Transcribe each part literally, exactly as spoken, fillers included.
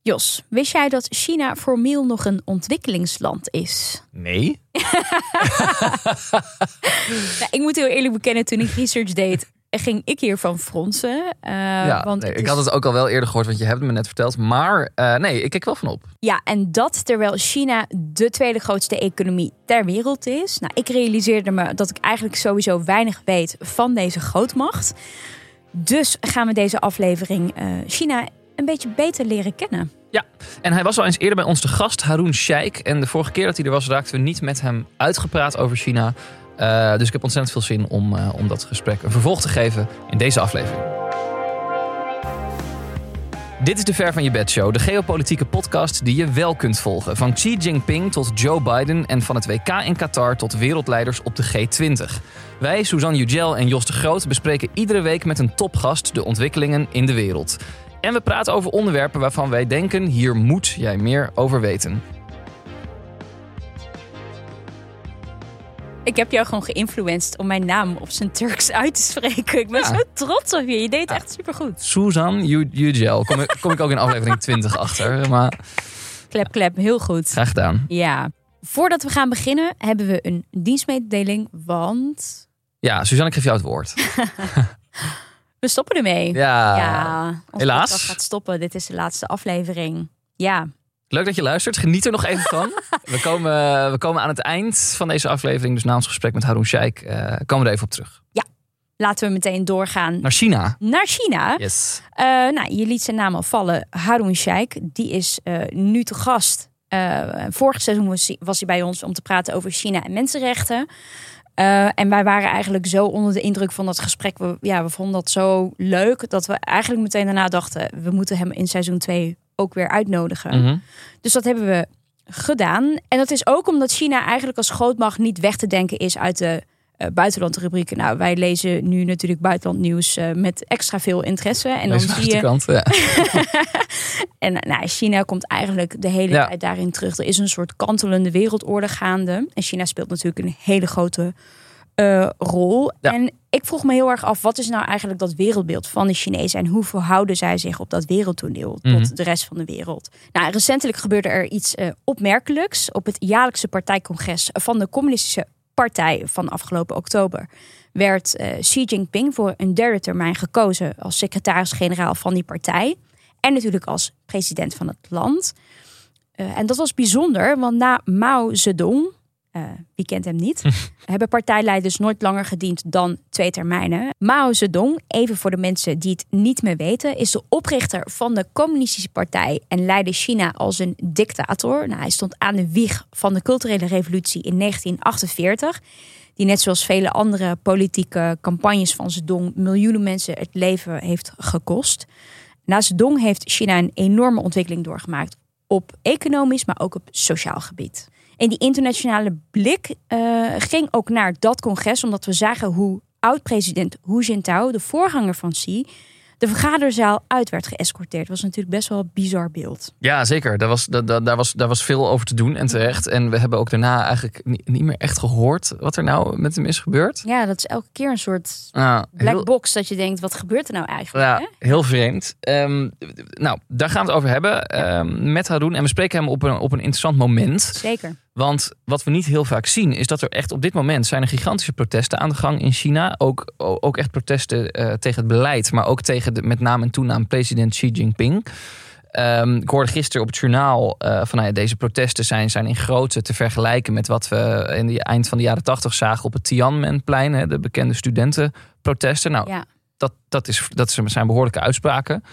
Jos, wist jij dat China formeel nog een ontwikkelingsland is? Nee. Nou, ik moet heel eerlijk bekennen, toen ik research deed, ging ik hiervan fronsen. Uh, ja, want nee, het ik is... had het ook al wel eerder gehoord, want je hebt het me net verteld. Maar uh, nee, ik kijk wel van op. Ja, en dat terwijl China de tweede grootste economie ter wereld is. Nou, ik realiseerde me dat ik eigenlijk sowieso weinig weet van deze grootmacht. Dus gaan we deze aflevering uh, China een beetje beter leren kennen. Ja, en hij was al eens eerder bij ons de gast, Haroon Sheikh. En de vorige keer dat hij er was, raakten we niet met hem uitgepraat over China. Uh, dus ik heb ontzettend veel zin om, uh, om dat gesprek een vervolg te geven in deze aflevering. Dit is de Ver van je bed show, de geopolitieke podcast die je wel kunt volgen. Van Xi Jinping tot Joe Biden en van het W K in Qatar tot wereldleiders op de G twintig. Wij, Suzanne Ugel en Jos de Groot, bespreken iedere week met een topgast de ontwikkelingen in de wereld. En we praten over onderwerpen waarvan wij denken, hier moet jij meer over weten. Ik heb jou gewoon geïnfluenced om mijn naam op zijn Turks uit te spreken. Ik ben ja. zo trots op je. Je deed het ja. echt supergoed. Suzanne Ugel. Kom, kom ik ook in aflevering twintig achter. Maar... Klep, klep. Heel goed. Graag gedaan. Ja. Voordat we gaan beginnen hebben we een dienstmededeling, want... Ja, Suzanne, ik geef jou het woord. We stoppen ermee. Ja, ja helaas. Het gaat stoppen. Dit is de laatste aflevering. Ja. Leuk dat je luistert. Geniet er nog even van. We komen, we komen aan het eind van deze aflevering. Dus na ons gesprek met Haroon Sheikh uh, komen we er even op terug. Ja, laten we meteen doorgaan. Naar China. Naar China. Yes. Uh, nou, je liet zijn naam al vallen. Haroon Sheikh. Die is uh, nu te gast. Uh, vorig seizoen was hij, was hij bij ons om te praten over China en mensenrechten. Uh, en wij waren eigenlijk zo onder de indruk van dat gesprek. We, ja, we vonden dat zo leuk dat we eigenlijk meteen daarna dachten, we moeten hem in seizoen twee ook weer uitnodigen. Mm-hmm. Dus dat hebben we gedaan. En dat is ook omdat China eigenlijk als grootmacht niet weg te denken is uit de uh, buitenlandrubrieken. Nou, wij lezen nu natuurlijk buitenlandnieuws uh, met extra veel interesse. En dan zie je... Kant, ja. En nou, China komt eigenlijk de hele ja. tijd daarin terug. Er is een soort kantelende wereldorde gaande. En China speelt natuurlijk een hele grote uh, rol. Ja. En ik vroeg me heel erg af, wat is nou eigenlijk dat wereldbeeld van de Chinezen? En hoe verhouden zij zich op dat wereldtoneel tot mm-hmm. de rest van de wereld? Nou, recentelijk gebeurde er iets uh, opmerkelijks. Op het jaarlijkse partijcongres van de Communistische Partij van afgelopen oktober werd uh, Xi Jinping voor een derde termijn gekozen als secretaris-generaal van die partij. En natuurlijk als president van het land. Uh, en dat was bijzonder, want na Mao Zedong, uh, wie kent hem niet, hebben partijleiders nooit langer gediend dan twee termijnen. Mao Zedong, even voor de mensen die het niet meer weten, is de oprichter van de Communistische Partij en leidde China als een dictator. Nou, hij stond aan de wieg van de culturele revolutie in negentien achtenveertig. Die net zoals vele andere politieke campagnes van Zedong miljoenen mensen het leven heeft gekost. Na Zedong heeft China een enorme ontwikkeling doorgemaakt op economisch, maar ook op sociaal gebied. En die internationale blik uh, ging ook naar dat congres, omdat we zagen hoe oud-president Hu Jintao, de voorganger van Xi, de vergaderzaal uit werd geëscorteerd. Dat was natuurlijk best wel een bizar beeld. Ja, zeker. Daar was, daar, daar, was, daar was veel over te doen en terecht. En we hebben ook daarna eigenlijk niet, niet meer echt gehoord wat er nou met hem is gebeurd. Ja, dat is elke keer een soort ah, black heel, box dat je denkt, wat gebeurt er nou eigenlijk? Ja, hè? Heel vreemd. Um, nou, daar gaan we het over hebben um, met Haroon. En we spreken hem op een, op een interessant moment. Zeker. Want wat we niet heel vaak zien is dat er echt op dit moment zijn er gigantische protesten aan de gang in China. Ook, ook echt protesten uh, tegen het beleid, maar ook tegen de, met naam en toenaam president Xi Jinping. Um, ik hoorde gisteren op het journaal uh, van nou ja, deze protesten zijn, zijn in grootte te vergelijken met wat we in het eind van de jaren tachtig zagen op het Tiananmenplein, hè, de bekende studentenprotesten. Nou, ja. dat, dat, is, dat zijn behoorlijke uitspraken.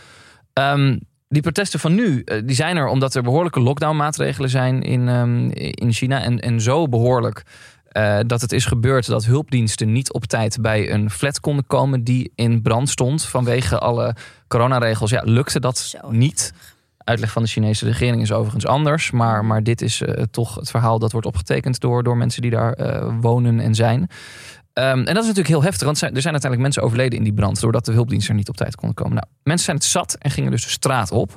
Um, Die protesten van nu, die zijn er omdat er behoorlijke lockdownmaatregelen zijn in, um, in China. En, en zo behoorlijk uh, dat het is gebeurd dat hulpdiensten niet op tijd bij een flat konden komen die in brand stond vanwege alle coronaregels. Ja, lukte dat zo niet. Uitleg van de Chinese regering is overigens anders. Maar, maar dit is uh, toch het verhaal dat wordt opgetekend door, door mensen die daar uh, wonen en zijn. Um, en dat is natuurlijk heel heftig, want er zijn uiteindelijk mensen overleden in die brand, doordat de hulpdiensten er niet op tijd konden komen. Nou, mensen zijn het zat en gingen dus de straat op.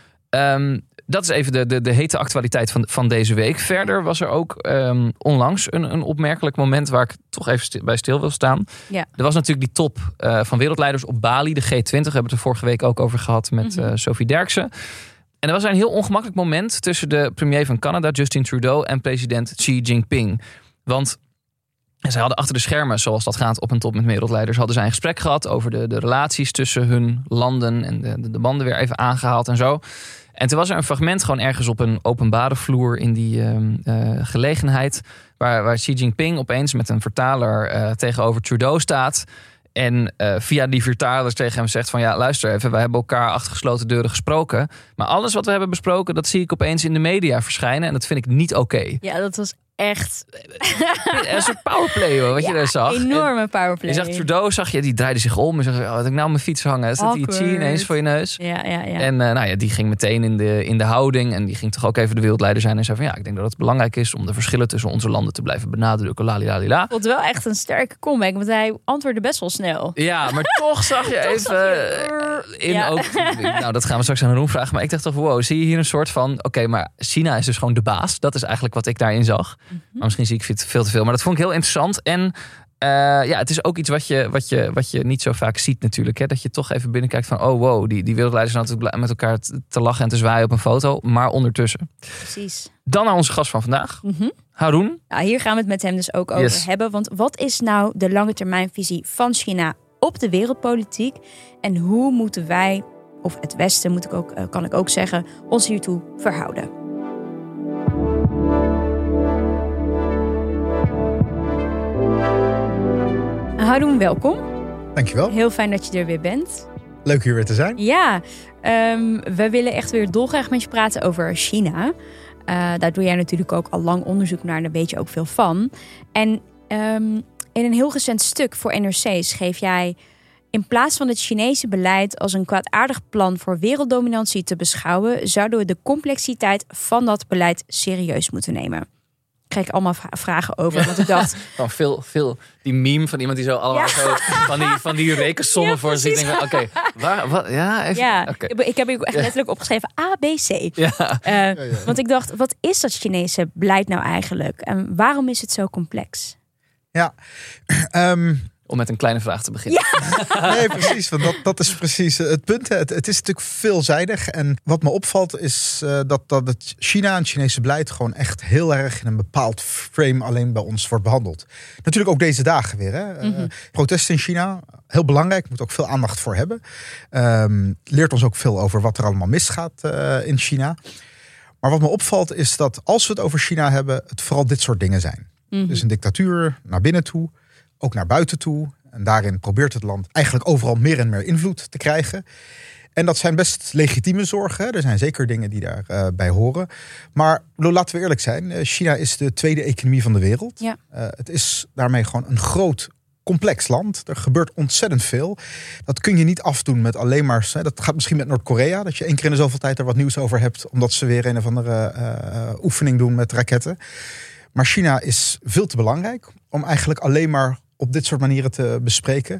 Um, dat is even de, de, de hete actualiteit van, van deze week. Verder was er ook um, onlangs een, een opmerkelijk moment waar ik toch even stil, bij stil wil staan. Ja. Er was natuurlijk die top uh, van wereldleiders op Bali, de G twintig. We hebben het er vorige week ook over gehad met uh, Sophie Derksen. en er was een heel ongemakkelijk moment tussen de premier van Canada, Justin Trudeau, en president Xi Jinping. Want zij hadden achter de schermen, zoals dat gaat op een top met wereldleiders, hadden zij een gesprek gehad over de, de relaties tussen hun landen en de, de banden weer even aangehaald en zo. En toen was er een fragment gewoon ergens op een openbare vloer in die uh, uh, gelegenheid, waar, waar Xi Jinping opeens met een vertaler uh, tegenover Trudeau staat. En uh, via die vertaler tegen hem zegt van ja, luister even, wij hebben elkaar achter gesloten deuren gesproken. Maar alles wat we hebben besproken, dat zie ik opeens in de media verschijnen. En dat vind ik niet oké. Okay. Ja, dat was echt een soort powerplay hoor, wat ja, je daar zag. Enorme en powerplay. Je zag Trudeau, zag je, die draaide zich om en zei, oh, had ik nou mijn fiets hangen? Is dat die Xi ineens voor je neus? Ja, ja, ja. En uh, nou ja, die ging meteen in de, in de houding en die ging toch ook even de wereldleider zijn en zei van ja, ik denk dat het belangrijk is om de verschillen tussen onze landen te blijven benadrukken. Lalilalila. Ik vond wel echt een sterke comeback, want hij antwoordde best wel snel. Ja, maar toch zag je even zag je, uh, in ja. ook. Nou, dat gaan we straks aan Haroon vragen. Maar ik dacht toch, wow, zie je hier een soort van, oké, okay, maar China is dus gewoon de baas. Dat is eigenlijk wat ik daarin zag. Mm-hmm. Maar misschien zie ik veel te veel. Maar dat vond ik heel interessant. En uh, ja, het is ook iets wat je, wat je, wat je niet zo vaak ziet natuurlijk. Hè? Dat je toch even binnenkijkt van, oh wow, die, die wereldleiders zijn natuurlijk met elkaar te lachen en te zwaaien op een foto. Maar ondertussen. Precies. Dan naar onze gast van vandaag. Mm-hmm. Haroon. Nou, hier gaan we het met hem dus ook over yes. hebben. Want wat is nou de lange termijnvisie van China op de wereldpolitiek? En hoe moeten wij, of het Westen moet ik ook, kan ik ook zeggen, ons hiertoe verhouden? Haroon, welkom. Dankjewel. Heel fijn dat je er weer bent. Leuk hier weer te zijn. Ja, um, we willen echt weer dolgraag met je praten over China. Uh, daar doe jij natuurlijk ook al lang onderzoek naar en daar weet je ook veel van. En um, in een heel recent stuk voor N R C schreef jij: in plaats van het Chinese beleid als een kwaadaardig plan voor werelddominantie te beschouwen, zouden we de complexiteit van dat beleid serieus moeten nemen. Kreeg ik allemaal vragen over, want ik dacht van veel, veel die meme van iemand die zo allemaal ja. zo van die van die rekensommen ja, voor zich. Oké, okay, waar, wat, ja, even, ja. Okay. Ik heb hier echt letterlijk opgeschreven A, B, C. Ja. Uh, ja, ja. Want ik dacht, wat is dat Chinese beleid nou eigenlijk en waarom is het zo complex? Ja. Um... Om met een kleine vraag te beginnen. Ja. Nee, precies. Want dat, dat is precies het punt. Het, het is natuurlijk veelzijdig. En wat me opvalt is uh, dat, dat het China en het Chinese beleid gewoon echt heel erg in een bepaald frame alleen bij ons wordt behandeld. Natuurlijk ook deze dagen weer. Hè. Mm-hmm. Uh, protesten in China, heel belangrijk. Moet ook veel aandacht voor hebben. Um, leert ons ook veel over wat er allemaal misgaat uh, in China. Maar wat me opvalt is dat als we het over China hebben, het vooral dit soort dingen zijn. Mm-hmm. Dus een dictatuur naar binnen toe. Ook naar buiten toe. En daarin probeert het land eigenlijk overal meer en meer invloed te krijgen. En dat zijn best legitieme zorgen. Hè. Er zijn zeker dingen die daarbij uh, bij horen. Maar laten we eerlijk zijn. China is de tweede economie van de wereld. Ja. Uh, het is daarmee gewoon een groot, complex land. Er gebeurt ontzettend veel. Dat kun je niet afdoen met alleen maar... Hè, dat gaat misschien met Noord-Korea. Dat je één keer in de zoveel tijd er wat nieuws over hebt. Omdat ze weer een of andere uh, oefening doen met raketten. Maar China is veel te belangrijk om eigenlijk alleen maar op dit soort manieren te bespreken.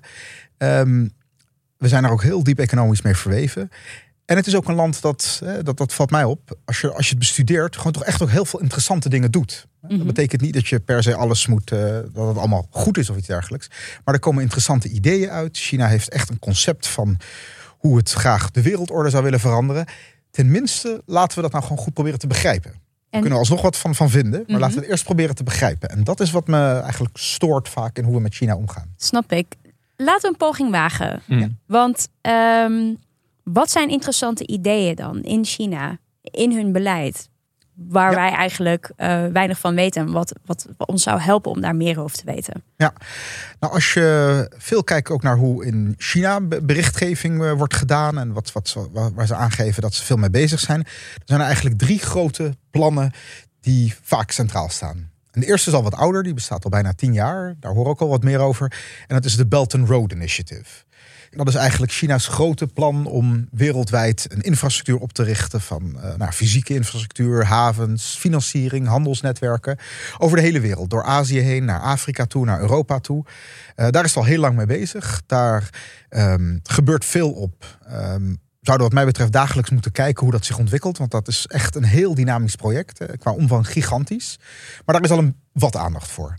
Um, we zijn er ook heel diep economisch mee verweven. En het is ook een land dat, dat, dat valt mij op, als je, als je het bestudeert, gewoon toch echt ook heel veel interessante dingen doet. Mm-hmm. Dat betekent niet dat je per se alles moet, uh, dat het allemaal goed is of iets dergelijks. Maar er komen interessante ideeën uit. China heeft echt een concept van hoe het graag de wereldorde zou willen veranderen. Tenminste, laten we dat nou gewoon goed proberen te begrijpen. We kunnen er alsnog wat van, van vinden, maar mm-hmm. laten we het eerst proberen te begrijpen. En dat is wat me eigenlijk stoort vaak in hoe we met China omgaan. Snap ik. Laten we een poging wagen. Mm. Want um, wat zijn interessante ideeën dan in China, in hun beleid, waar ja. wij eigenlijk uh, weinig van weten en wat, wat ons zou helpen om daar meer over te weten? Ja, nou als je veel kijkt ook naar hoe in China berichtgeving uh, wordt gedaan en wat, wat ze, waar ze aangeven dat ze veel mee bezig zijn, er zijn er eigenlijk drie grote plannen die vaak centraal staan. En de eerste is al wat ouder, die bestaat al bijna tien jaar. Daar hoor ik ook al wat meer over. En dat is de Belt and Road Initiative. Dat is eigenlijk China's grote plan om wereldwijd een infrastructuur op te richten van uh, nou, fysieke infrastructuur, havens, financiering, handelsnetwerken over de hele wereld. Door Azië heen, naar Afrika toe, naar Europa toe. Uh, daar is het al heel lang mee bezig. Daar um, gebeurt veel op. Um, Zouden wat mij betreft dagelijks moeten kijken hoe dat zich ontwikkelt. Want dat is echt een heel dynamisch project. Eh, qua omvang gigantisch. Maar daar is al een, wat aandacht voor.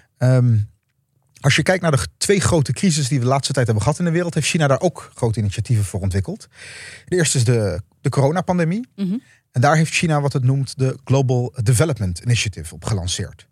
Um, als je kijkt naar de twee grote crises die we de laatste tijd hebben gehad in de wereld, heeft China daar ook grote initiatieven voor ontwikkeld. De eerste is de de coronapandemie. Mm-hmm. En daar heeft China wat het noemt de Global Development Initiative op gelanceerd.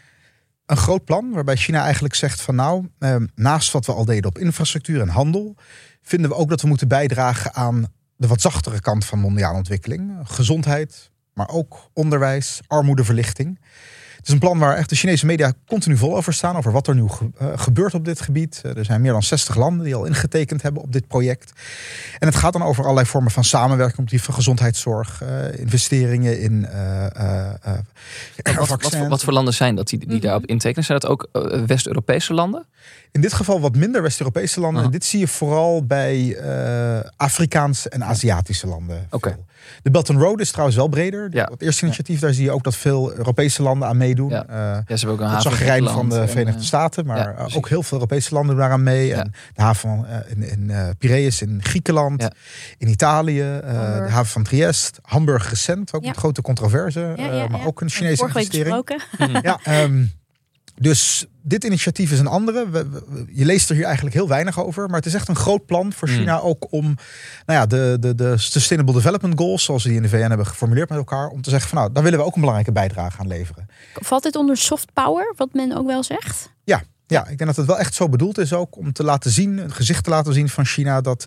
Een groot plan waarbij China eigenlijk zegt van nou, eh, naast wat we al deden op infrastructuur en handel, vinden we ook dat we moeten bijdragen aan de wat zachtere kant van mondiale ontwikkeling. Gezondheid, maar ook onderwijs, armoedeverlichting. Het is een plan waar echt de Chinese media continu vol over staan. Over wat er nu ge- uh, gebeurt op dit gebied. Uh, er zijn meer dan zestig landen die al ingetekend hebben op dit project. En het gaat dan over allerlei vormen van samenwerking. Op die van gezondheidszorg. Uh, investeringen in uh, uh, uh, wat, wat, voor, wat voor landen zijn dat die, die mm-hmm. daarop intekenen? Zijn dat ook uh, West-Europese landen? In dit geval wat minder West-Europese landen. Oh. En dit zie je vooral bij uh, Afrikaanse en Aziatische landen. Okay. De Belt and Road is trouwens wel breder. Ja. Het eerste initiatief, ja. Daar zie je ook dat veel Europese landen aan meedoen. Ja. Uh, ja, ze hebben ook een het haven zagrijn van de Verenigde en, Staten. Maar ja, uh, ook heel veel Europese landen doen daaraan mee. Ja. En de haven van, uh, in, in uh, Piraeus in Griekenland. Ja. In Italië. Uh, de haven van Trieste. Hamburg recent. Ook ja. met grote controverse. Ja, ja, ja. Maar ook een Chinese investering. Ja, um, dus dit initiatief is een andere. We, we, je leest er hier eigenlijk heel weinig over. Maar het is echt een groot plan voor China mm. ook om nou ja, de, de, de Sustainable Development Goals, zoals die in de V N hebben geformuleerd met elkaar, om te zeggen van nou, daar willen we ook een belangrijke bijdrage aan leveren. Valt dit onder soft power, wat men ook wel zegt? Ja. Ja, ik denk dat het wel echt zo bedoeld is ook om te laten zien, een gezicht te laten zien van China dat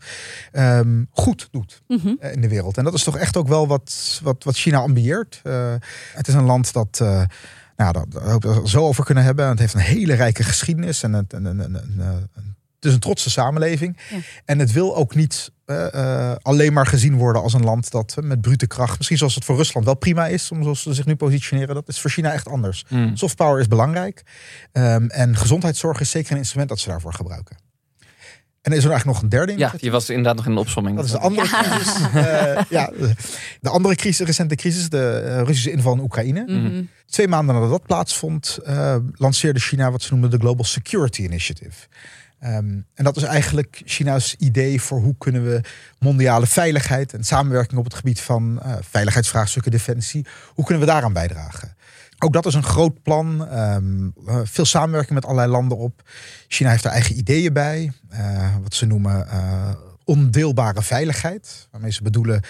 um, goed doet mm-hmm. uh, in de wereld. En dat is toch echt ook wel wat, wat, wat China ambieert. Uh, het is een land dat Uh, Nou, daar hoop ik het zo over kunnen hebben. Het heeft een hele rijke geschiedenis. En het, en, en, en, en, het is een trotse samenleving. Ja. En het wil ook niet uh, uh, alleen maar gezien worden als een land dat uh, met brute kracht, misschien zoals het voor Rusland wel prima is, om zoals ze zich nu positioneren. Dat is voor China echt anders. Mm. Soft power is belangrijk. Um, en gezondheidszorg is zeker een instrument dat ze daarvoor gebruiken. En er is er eigenlijk nog een derde initiatief. Ja, je was inderdaad nog in de opsomming. Dat is de andere ja. crisis. Uh, ja, de andere crisis, recente crisis, de uh, Russische inval in Oekraïne. Mm-hmm. Twee maanden nadat dat plaatsvond, uh, lanceerde China wat ze noemen de Global Security Initiative. Um, en dat is eigenlijk China's idee voor hoe kunnen we mondiale veiligheid en samenwerking op het gebied van uh, veiligheidsvraagstukken, defensie, hoe kunnen we daaraan bijdragen? Ook dat is een groot plan. Um, uh, veel samenwerking met allerlei landen op. China heeft er eigen ideeën bij. Uh, wat ze noemen uh, ondeelbare veiligheid. Waarmee ze bedoelen,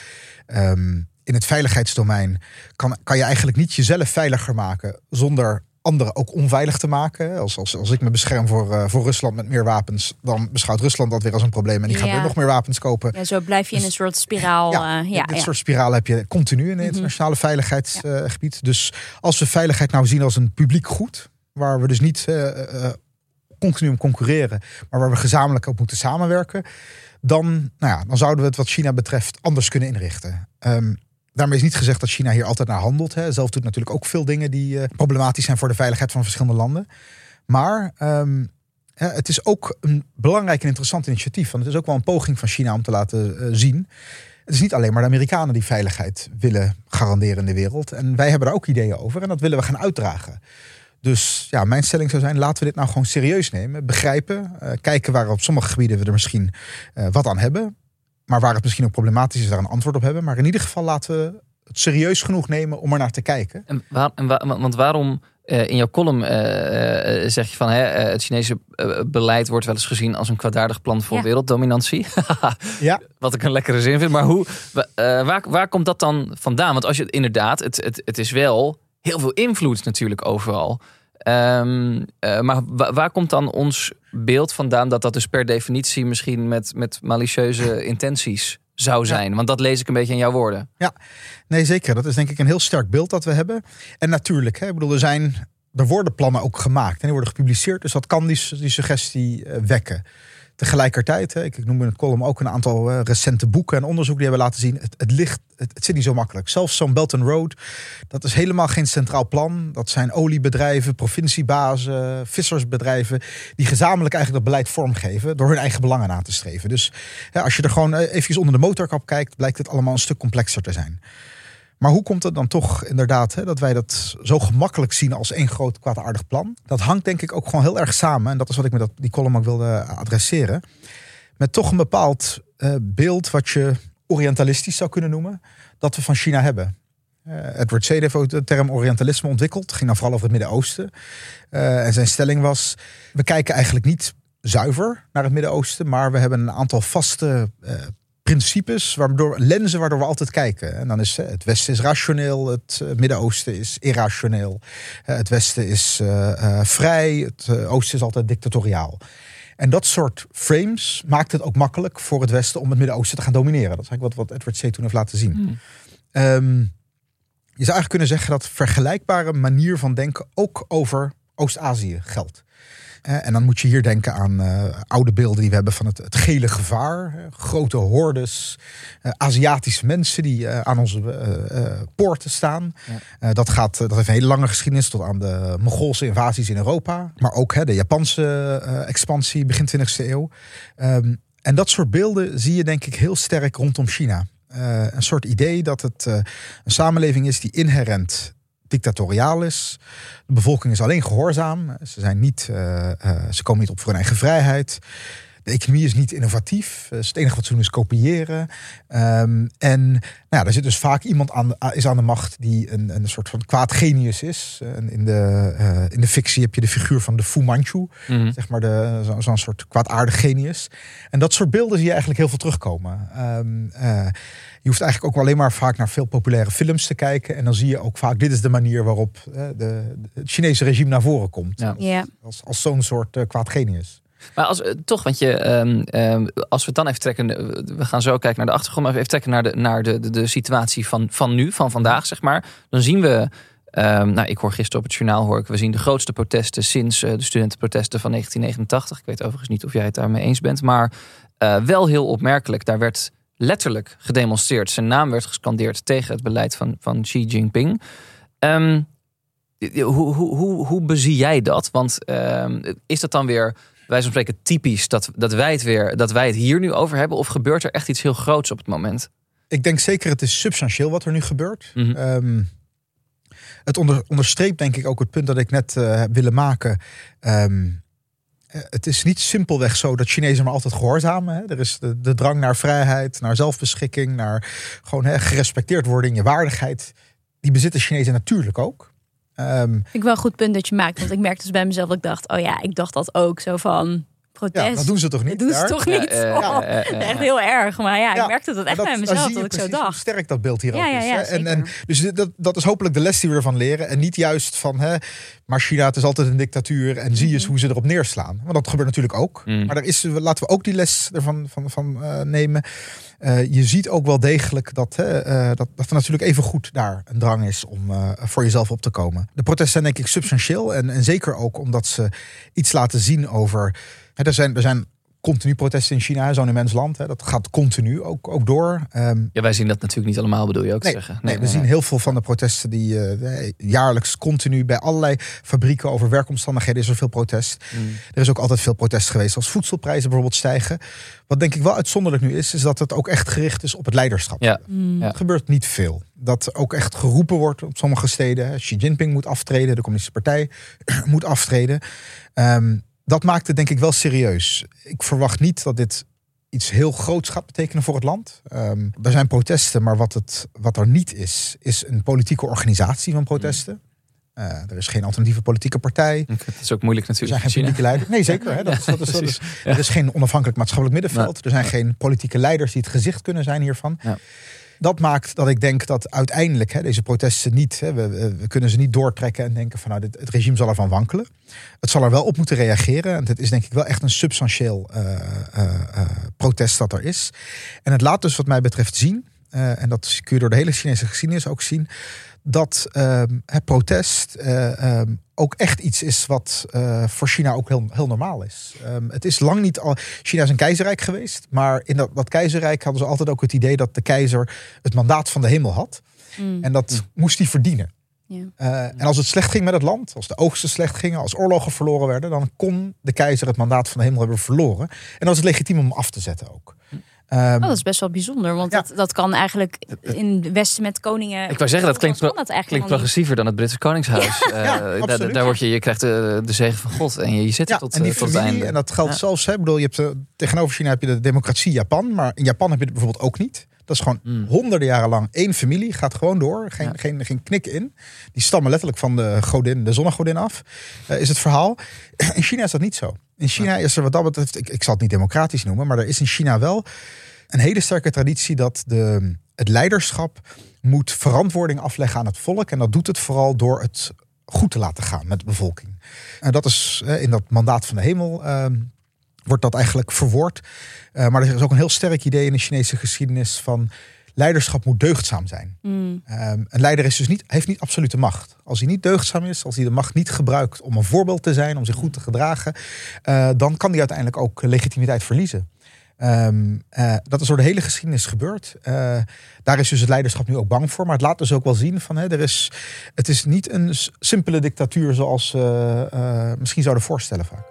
um, in het veiligheidsdomein kan, kan je eigenlijk niet jezelf veiliger maken zonder anderen ook onveilig te maken. Als, als, als ik me bescherm voor, uh, voor Rusland met meer wapens, dan beschouwt Rusland dat weer als een probleem en die gaat ja. weer nog meer wapens kopen. Ja, zo blijf je dus, in een soort spiraal. Ja, uh, ja, dit ja. soort spiraal heb je continu in het mm-hmm. internationale veiligheidsgebied. Uh, dus als we veiligheid nou zien als een publiek goed, waar we dus niet uh, uh, continu om concurreren, maar waar we gezamenlijk op moeten samenwerken, dan, nou ja, dan zouden we het wat China betreft anders kunnen inrichten. Um, Daarmee is niet gezegd dat China hier altijd naar handelt. Hè. Zelf doet natuurlijk ook veel dingen die uh, problematisch zijn voor de veiligheid van verschillende landen. Maar um, ja, het is ook een belangrijk en interessant initiatief. Want het is ook wel een poging van China om te laten uh, zien. Het is niet alleen maar de Amerikanen die veiligheid willen garanderen in de wereld. En wij hebben daar ook ideeën over en dat willen we gaan uitdragen. Dus ja, mijn stelling zou zijn, laten we dit nou gewoon serieus nemen. Begrijpen, uh, kijken waar op sommige gebieden we er misschien uh, wat aan hebben. Maar waar het misschien ook problematisch is, daar een antwoord op hebben. Maar in ieder geval laten we het serieus genoeg nemen om er naar te kijken. En waar, en waar, want waarom uh, in jouw column uh, uh, zeg je van hè, uh, het Chinese uh, beleid wordt wel eens gezien als een kwaadaardig plan voor ja. werelddominantie. ja. Wat ik een lekkere zin vind. Maar hoe, uh, waar, waar komt dat dan vandaan? Want als je inderdaad, het, het, het is wel heel veel invloed natuurlijk overal. Um, uh, maar wa- waar komt dan ons beeld vandaan dat dat dus per definitie misschien met, met malicieuze intenties zou zijn? Ja. Want dat lees ik een beetje in jouw woorden. Ja, nee zeker. Dat is denk ik een heel sterk beeld dat we hebben. En natuurlijk, hè, ik bedoel, er zijn, er worden plannen ook gemaakt en die worden gepubliceerd. Dus dat kan die, die suggestie uh, wekken. Tegelijkertijd, hè, ik noem in het column ook een aantal uh, recente boeken en onderzoek die hebben laten zien, het, het, ligt, het, het zit niet zo makkelijk. Zelfs zo'n Belt and Road, dat is helemaal geen centraal plan. Dat zijn oliebedrijven, provinciebazen, vissersbedrijven, die gezamenlijk eigenlijk dat beleid vormgeven door hun eigen belangen aan te streven. Dus ja, als je er gewoon even onder de motorkap kijkt, blijkt het allemaal een stuk complexer te zijn. Maar hoe komt het dan toch inderdaad hè, dat wij dat zo gemakkelijk zien als één groot kwaadaardig plan? Dat hangt denk ik ook gewoon heel erg samen. En dat is wat ik met dat, die column ook wilde adresseren. Met toch een bepaald uh, beeld wat je orientalistisch zou kunnen noemen. Dat we van China hebben. Uh, Edward Said heeft ook de term orientalisme ontwikkeld. Het ging dan vooral over het Midden-Oosten. Uh, en zijn stelling was, we kijken eigenlijk niet zuiver naar het Midden-Oosten. Maar we hebben een aantal vaste Uh, principes, waardoor, lenzen waardoor we altijd kijken. En dan is het Westen is rationeel, het Midden-Oosten is irrationeel. Het Westen is uh, uh, vrij, het uh, Oosten is altijd dictatoriaal. En dat soort frames maakt het ook makkelijk voor het Westen om het Midden-Oosten te gaan domineren. Dat is eigenlijk wat, wat Edward Said toen heeft laten zien. Hmm. Um, je zou eigenlijk kunnen zeggen dat vergelijkbare manier van denken ook over Oost-Azië geldt. Uh, en dan moet je hier denken aan uh, oude beelden die we hebben van het, het gele gevaar. Uh, grote hordes, uh, Aziatische mensen die uh, aan onze uh, uh, poorten staan. Ja. Uh, dat, gaat, uh, dat heeft een hele lange geschiedenis tot aan de Mongoolse invasies in Europa. Maar ook hè, de Japanse uh, expansie begin twintigste eeuw. Um, en dat soort beelden zie je denk ik heel sterk rondom China. Uh, een soort idee dat het uh, een samenleving is die inherent dictatoriaal is. De bevolking is alleen gehoorzaam. Ze zijn niet, uh, uh, ze komen niet op voor hun eigen vrijheid. De economie is niet innovatief. Dus het enige wat ze doen is kopiëren. Um, en nou ja, er zit dus vaak iemand aan de, is aan de macht die een, een soort van kwaad genius is. Uh, in, de, uh, in de fictie heb je de figuur van de Fu Manchu. Mm-hmm. Zeg maar de, zo, zo'n soort kwaadaardig genius. En dat soort beelden zie je eigenlijk heel veel terugkomen. Um, uh, Je hoeft eigenlijk ook alleen maar vaak naar veel populaire films te kijken. En dan zie je ook vaak, dit is de manier waarop uh, de, het Chinese regime naar voren komt. Ja. Als, als, als, als zo'n soort uh, kwaad genius. Maar als, toch, want je, um, um, als we het dan even trekken, we gaan zo kijken naar de achtergrond, maar even trekken naar de, naar de, de, de situatie van, van nu, van vandaag, zeg maar. Dan zien we, um, nou, ik hoor gisteren op het journaal, hoor ik, we zien de grootste protesten sinds uh, de studentenprotesten van negentien negenentachtig. Ik weet overigens niet of jij het daarmee eens bent, maar uh, wel heel opmerkelijk. Daar werd letterlijk gedemonstreerd. Zijn naam werd gescandeerd tegen het beleid van, van Xi Jinping. Um, hoe, hoe, hoe, hoe bezie jij dat? Want um, is dat dan weer, wij van spreken, typisch dat, dat, wij het weer, dat wij het hier nu over hebben? Of gebeurt er echt iets heel groots op het moment? Ik denk zeker, het is substantieel wat er nu gebeurt. Mm-hmm. Um, het onder, onderstreept denk ik ook het punt dat ik net uh, heb willen maken. Um, Het is niet simpelweg zo dat Chinezen maar altijd gehoorzamen. Hè. Er is de, de drang naar vrijheid, naar zelfbeschikking, naar gewoon hè, gerespecteerd worden in je waardigheid. Die bezitten Chinezen natuurlijk ook. Um, Vind ik wel een goed punt dat je maakt. Want ik merkte dus bij mezelf dat ik dacht, oh ja, ik dacht dat ook zo van protest. Ja, dat doen ze toch niet? Dat doen ze toch niet? Ja, uh, oh, uh, uh, uh, echt heel erg. Maar ja, ja, ik merkte dat echt dat, bij mezelf dat ik zo dacht. Hoe sterk dat beeld hier ja, ook ja, is. Ja, hè? En, en, dus dat, dat is hopelijk de les die we ervan leren. En niet juist van, hè, maar China het is altijd een dictatuur. En zie eens hoe ze erop neerslaan. Want dat gebeurt natuurlijk ook. Mm. Maar er is, laten we ook die les ervan van, van, uh, nemen. Uh, je ziet ook wel degelijk dat, uh, dat, dat er natuurlijk even goed daar een drang is om uh, voor jezelf op te komen. De protesten zijn denk ik substantieel. En, en zeker ook omdat ze iets laten zien over. Hè, er zijn, er zijn continu protesten in China, zo'n immens land. Hè. Dat gaat continu ook, ook door. Um, ja, wij zien dat natuurlijk niet allemaal, bedoel je ook nee, te zeggen. Nee, nee we nee, zien nee. heel veel van de protesten die uh, jaarlijks continu bij allerlei fabrieken over werkomstandigheden is er veel protest. Mm. Er is ook altijd veel protest geweest als voedselprijzen bijvoorbeeld stijgen. Wat denk ik wel uitzonderlijk nu is, is dat het ook echt gericht is op het leiderschap. Ja. Mm. Het gebeurt niet veel. Dat ook echt geroepen wordt op sommige steden. Xi Jinping moet aftreden, de communistische partij moet aftreden. Um, Dat maakt het denk ik wel serieus. Ik verwacht niet dat dit iets heel groots gaat betekenen voor het land. Um, er zijn protesten, maar wat, het, wat er niet is, is een politieke organisatie van protesten. Uh, er is geen alternatieve politieke partij. Dat is ook moeilijk natuurlijk. Er zijn geen politieke leiders. Nee, zeker. Hè? Dat is, dat is, dat is, er is geen onafhankelijk maatschappelijk middenveld. Er zijn geen politieke leiders die het gezicht kunnen zijn hiervan. Ja. Dat maakt dat ik denk dat uiteindelijk hè, deze protesten niet, hè, we, we kunnen ze niet doortrekken en denken van nou, dit, het regime zal ervan wankelen. Het zal er wel op moeten reageren. En het is denk ik wel echt een substantieel uh, uh, uh, protest dat er is. En het laat dus wat mij betreft zien, uh, en dat kun je door de hele Chinese geschiedenis ook zien, dat uh, het protest uh, um, ook echt iets is wat uh, voor China ook heel, heel normaal is. Um, het is lang niet al. China is een keizerrijk geweest, maar in dat, dat keizerrijk hadden ze altijd ook het idee dat de keizer het mandaat van de hemel had. Mm. En dat mm. moest hij verdienen. Ja. Uh, en als het slecht ging met het land, als de oogsten slecht gingen, als oorlogen verloren werden, dan kon de keizer het mandaat van de hemel hebben verloren. En dan was het legitiem om hem af te zetten ook. Um, oh, dat is best wel bijzonder, want ja. dat, dat kan eigenlijk in het Westen met koningen. Ik wou zeggen, dat klinkt, pro- dat klinkt progressiever dan het Britse Koningshuis. Ja. Uh, ja, da, daar word je, je krijgt de, de zegen van God en je, je zit ja, tot, en die tot familie, het einde. En dat geldt ja. zelfs, hè, bedoel, je hebt, uh, tegenover China heb je de democratie Japan, maar in Japan heb je het bijvoorbeeld ook niet. Dat is gewoon mm. honderden jaren lang één familie, gaat gewoon door, geen, ja. geen, geen knik in. Die stammen letterlijk van de godin, de zonnegodin af, uh, is het verhaal. In China is dat niet zo. In China ja. is er wat dat betreft, ik, ik zal het niet democratisch noemen, maar er is in China wel een hele sterke traditie dat de, het leiderschap moet verantwoording afleggen aan het volk. En dat doet het vooral door het goed te laten gaan met de bevolking. En dat is in dat mandaat van de hemel uh, wordt dat eigenlijk verwoord. Uh, maar er is ook een heel sterk idee in de Chinese geschiedenis van leiderschap moet deugdzaam zijn. Mm. Um, een leider is dus niet, heeft niet absolute macht. Als hij niet deugdzaam is, als hij de macht niet gebruikt om een voorbeeld te zijn, om zich goed te gedragen, uh, dan kan hij uiteindelijk ook legitimiteit verliezen. Um, uh, dat is door de hele geschiedenis gebeurd. Uh, daar is dus het leiderschap nu ook bang voor. Maar het laat dus ook wel zien van, hè, er is, het is niet een simpele dictatuur zoals we uh, uh, misschien zouden voorstellen vaak.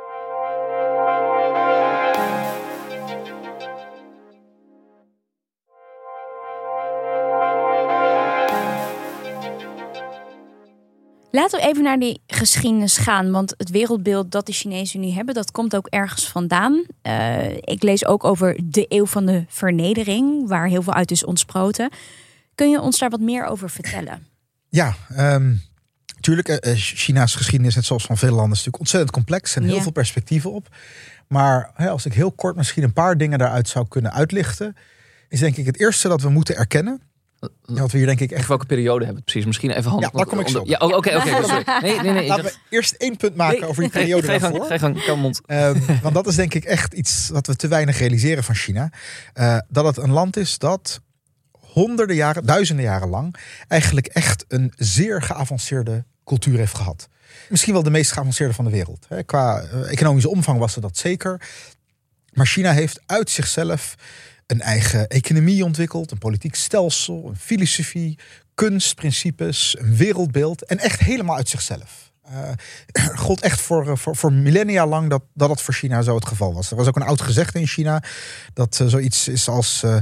Laten we even naar die geschiedenis gaan. Want het wereldbeeld dat de Chinezen nu hebben, dat komt ook ergens vandaan. Uh, ik lees ook over de eeuw van de vernedering, waar heel veel uit is ontsproten. Kun je ons daar wat meer over vertellen? Ja, um, natuurlijk. Uh, China's geschiedenis, net zoals van veel landen, is natuurlijk ontzettend complex en heel ja. veel perspectieven op. Maar hè, als ik heel kort misschien een paar dingen daaruit zou kunnen uitlichten, is denk ik het eerste dat we moeten erkennen. Ja, wat we hier denk ik echt... Welke periode hebben we precies? Misschien even handig. Ja, daar kom ik zo. Ja, oké, oké, oké. Sorry. Nee, nee, nee. Laten we eerst één punt maken nee, over die periode ga, daarvoor. Ga je gang, ga mond. Um, want dat is denk ik echt iets wat we te weinig realiseren van China. Uh, dat het een land is dat honderden jaren, duizenden jaren lang eigenlijk echt een zeer geavanceerde cultuur heeft gehad. Misschien wel de meest geavanceerde van de wereld. Hè. Qua uh, economische omvang was het dat zeker. Maar China heeft uit zichzelf een eigen economie ontwikkeld, een politiek stelsel, een filosofie, kunst, principes, een wereldbeeld. En echt helemaal uit zichzelf. Uh, God echt voor, voor, voor millennia lang dat, dat het voor China zo het geval was. Er was ook een oud gezegde in China dat uh, zoiets is als uh,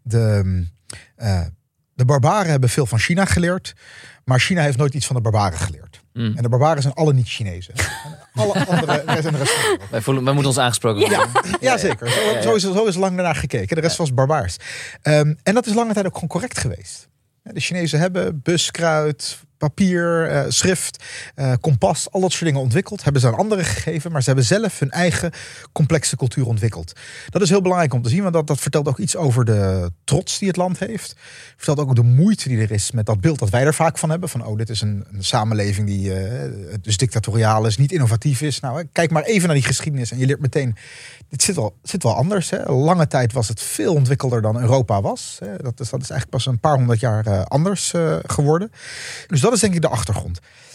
de, uh, de barbaren hebben veel van China geleerd, maar China heeft nooit iets van de barbaren geleerd. Mm. En de barbaren zijn alle niet Chinezen. Alle andere zijn de rest van de wereld. Wij, voelen, wij moeten ons aangesproken worden. Ja, ja, zeker. Zo, zo, is, zo is lang daarna gekeken. De rest was barbaars. Um, en dat is lange tijd ook gewoon correct geweest. De Chinezen hebben buskruid, papier, uh, schrift, uh, kompas, al dat soort dingen ontwikkeld. Hebben ze aan anderen gegeven, maar ze hebben zelf hun eigen complexe cultuur ontwikkeld. Dat is heel belangrijk om te zien, want dat, dat vertelt ook iets over de trots die het land heeft. Vertelt ook de moeite die er is met dat beeld dat wij er vaak van hebben. Van, oh, dit is een, een samenleving die uh, dus dictatoriaal is, niet innovatief is. Nou, kijk maar even naar die geschiedenis en je leert meteen, dit zit wel, zit wel anders. Hè. Lange tijd was het veel ontwikkelder dan Europa was. Hè. Dat, is, dat is eigenlijk pas een paar honderd jaar uh, anders uh, geworden. Dus dat Dat is denk ik de achtergrond.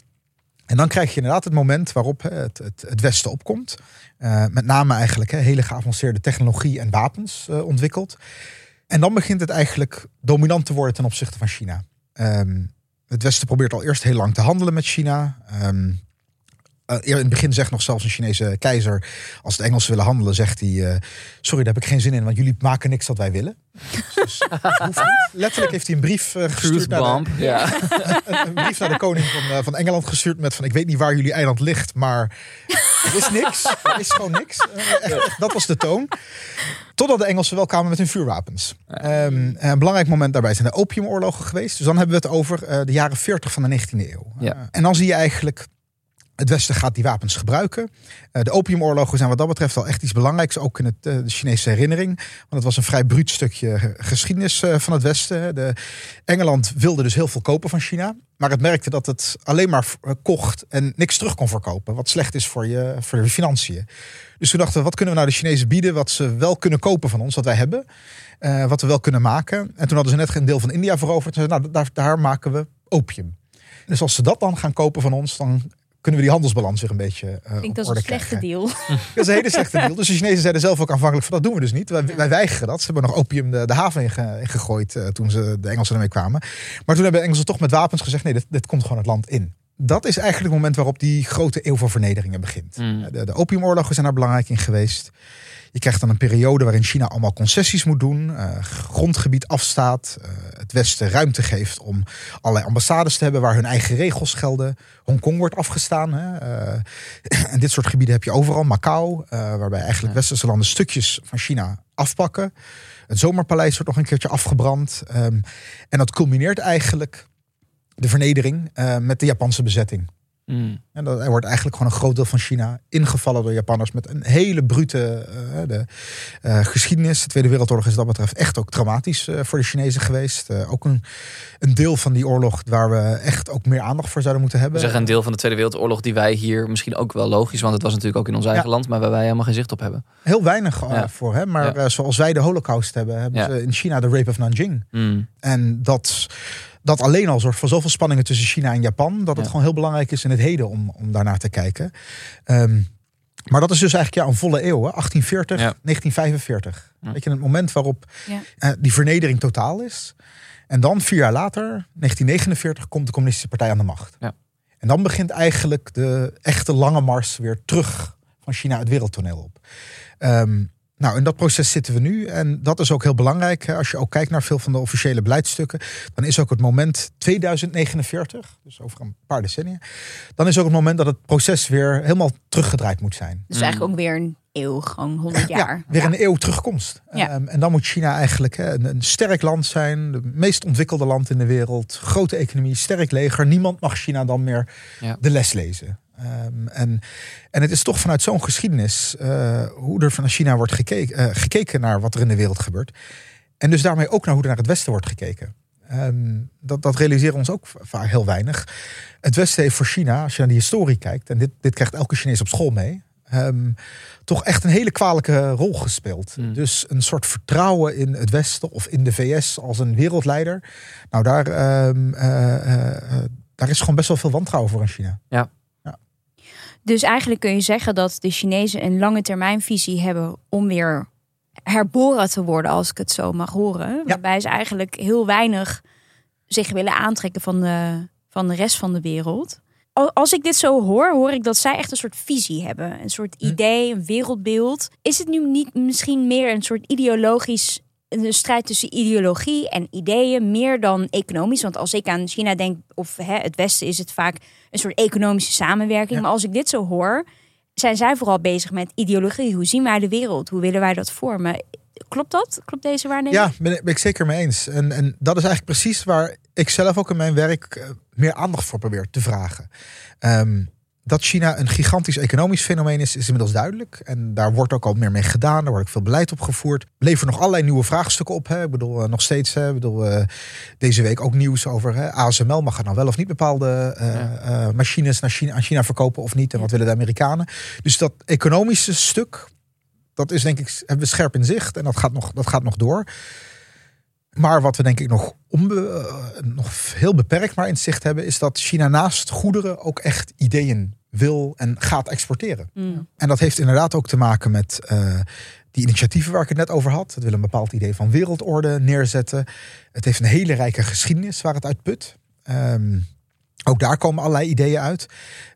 En dan krijg je inderdaad het moment waarop hè, het, het, het Westen opkomt. Uh, met name eigenlijk hè, hele geavanceerde technologie en wapens uh, ontwikkeld. En dan begint het eigenlijk dominant te worden ten opzichte van China. Um, het Westen probeert al eerst heel lang te handelen met China. Um, Uh, in het begin zegt nog zelfs een Chinese keizer, als de Engelsen willen handelen, zegt hij, uh, sorry, daar heb ik geen zin in, want jullie maken niks wat wij willen. Dus, hoeft niet. Letterlijk heeft hij een brief uh, gestuurd naar de, ja. een, een brief naar de koning van, uh, van Engeland gestuurd met van, ik weet niet waar jullie eiland ligt, maar er is niks. Er is gewoon niks. Uh, echt, echt, dat was de toon. Totdat de Engelsen wel kwamen met hun vuurwapens. Um, een belangrijk moment daarbij zijn de opiumoorlogen geweest. Dus dan hebben we het over uh, de jaren veertig van de negentiende eeuw. Ja. Uh, en dan zie je eigenlijk, het Westen gaat die wapens gebruiken. Uh, de opiumoorlogen zijn wat dat betreft al echt iets belangrijks. Ook in het, uh, de Chinese herinnering. Want het was een vrij bruut stukje geschiedenis uh, van het Westen. De Engeland wilde dus heel veel kopen van China. Maar het merkte dat het alleen maar kocht en niks terug kon verkopen. Wat slecht is voor je, voor je financiën. Dus toen dachten we, wat kunnen we nou de Chinezen bieden wat ze wel kunnen kopen van ons, wat wij hebben. Uh, wat we wel kunnen maken. En toen hadden ze net een deel van India veroverd. Dus nou, daar, daar maken we opium. Dus als ze dat dan gaan kopen van ons, dan kunnen we die handelsbalans weer een beetje uh, Ik denk dat is een slechte krijgen. deal. Dat is een hele slechte deal. Dus de Chinezen zeiden zelf ook aanvankelijk van, dat doen we dus niet. Wij, wij weigeren dat. Ze hebben nog opium de, de haven ingegooid in gegooid, uh, toen ze de Engelsen ermee kwamen. Maar toen hebben de Engelsen toch met wapens gezegd, nee, dit, dit komt gewoon het land in. Dat is eigenlijk het moment waarop die grote eeuw van vernederingen begint. Mm. De, de opiumoorlogen zijn daar belangrijk in geweest. Je krijgt dan een periode waarin China allemaal concessies moet doen. Uh, grondgebied afstaat. Uh, het Westen ruimte geeft om allerlei ambassades te hebben waar hun eigen regels gelden. Hongkong wordt afgestaan. Hè. Uh, en dit soort gebieden heb je overal. Macau, uh, waarbij eigenlijk ja. westerse landen stukjes van China afpakken. Het Zomerpaleis wordt nog een keertje afgebrand. Um, en dat culmineert eigenlijk de vernedering uh, met de Japanse bezetting. Mm. En dat, er wordt eigenlijk gewoon een groot deel van China ingevallen door Japanners met een hele brute uh, de, uh, geschiedenis. De Tweede Wereldoorlog is wat dat betreft echt ook traumatisch uh, voor de Chinezen geweest. Uh, ook een, een deel van die oorlog waar we echt ook meer aandacht voor zouden moeten hebben. We zeggen een deel van de Tweede Wereldoorlog die wij hier misschien ook wel logisch, want het was natuurlijk ook in ons eigen ja. land, maar waar wij helemaal geen zicht op hebben. Heel weinig uh, ja. voor, hè? Maar ja. uh, zoals wij de Holocaust hebben, hebben ja. ze in China de Rape of Nanjing. Mm. En dat... Dat alleen al zorgt voor zoveel spanningen tussen China en Japan, dat het ja. gewoon heel belangrijk is in het heden om, om daarnaar te kijken. Um, maar dat is dus eigenlijk ja, een volle eeuw, hè? achttien veertig, ja. negentien vijfenveertig. Ja. Weet je, het moment waarop ja. uh, die vernedering totaal is. En dan vier jaar later, negentien negenenveertig, komt de Communistische Partij aan de macht. Ja. En dan begint eigenlijk de echte lange mars weer terug van China het wereldtoneel op. Um, Nou, in dat proces zitten we nu. En dat is ook heel belangrijk. Als je ook kijkt naar veel van de officiële beleidstukken, dan is ook het moment tweeduizend negenenveertig, dus over een paar decennia, dan is ook het moment dat het proces weer helemaal teruggedraaid moet zijn. Dus eigenlijk ook weer een eeuw, gewoon honderd jaar. Ja, weer ja. een eeuw terugkomst. Ja. Um, en dan moet China eigenlijk hè, een, een sterk land zijn, de meest ontwikkelde land in de wereld, grote economie, sterk leger. Niemand mag China dan meer ja. de les lezen. Um, en, en het is toch vanuit zo'n geschiedenis uh, hoe er van China wordt gekeken, uh, gekeken naar wat er in de wereld gebeurt. En dus daarmee ook naar hoe er naar het Westen wordt gekeken. Um, dat, dat realiseren we ons ook vaak heel weinig. Het Westen heeft voor China, als je naar die historie kijkt, en dit, dit krijgt elke Chinees op school mee, um, toch echt een hele kwalijke rol gespeeld. Mm. Dus een soort vertrouwen in het Westen of in de V S als een wereldleider. Nou, daar, um, uh, uh, uh, daar is gewoon best wel veel wantrouwen voor in China. Ja. Dus eigenlijk kun je zeggen dat de Chinezen een lange termijnvisie hebben om weer herboren te worden, als ik het zo mag horen. Ja. Waarbij ze eigenlijk heel weinig zich willen aantrekken van de, van de rest van de wereld. Als ik dit zo hoor, hoor ik dat zij echt een soort visie hebben. Een soort idee, een wereldbeeld. Is het nu niet misschien meer een soort ideologisch, een strijd tussen ideologie en ideeën, meer dan economisch? Want als ik aan China denk, of hè, het Westen, is het vaak een soort economische samenwerking. Ja. Maar als ik dit zo hoor, zijn zij vooral bezig met ideologie. Hoe zien wij de wereld? Hoe willen wij dat vormen? Klopt dat? Klopt deze waarneming? Ja, ben, ben ik zeker mee eens. En, en dat is eigenlijk precies waar ik zelf ook in mijn werk uh, meer aandacht voor probeer te vragen. Um, Dat China een gigantisch economisch fenomeen is, is inmiddels duidelijk. En daar wordt ook al meer mee gedaan. Daar wordt ook veel beleid op gevoerd. Levert nog allerlei nieuwe vraagstukken op. Hè. Ik bedoel, uh, nog steeds. Hè. Ik bedoel, uh, deze week ook nieuws over hè, A S M L. Mag er nou wel of niet bepaalde uh, ja. uh, machines naar China, aan China verkopen of niet? En wat willen de Amerikanen? Dus dat economische stuk, dat is denk ik, hebben we scherp in zicht. En dat gaat nog, dat gaat nog door. Maar wat we denk ik nog, onbe, uh, nog heel beperkt maar in zicht hebben, is dat China naast goederen ook echt ideeën wil en gaat exporteren. Mm. En dat heeft inderdaad ook te maken met uh, die initiatieven waar ik het net over had. Het wil een bepaald idee van wereldorde neerzetten. Het heeft een hele rijke geschiedenis waar het uit put. Um, ook daar komen allerlei ideeën uit.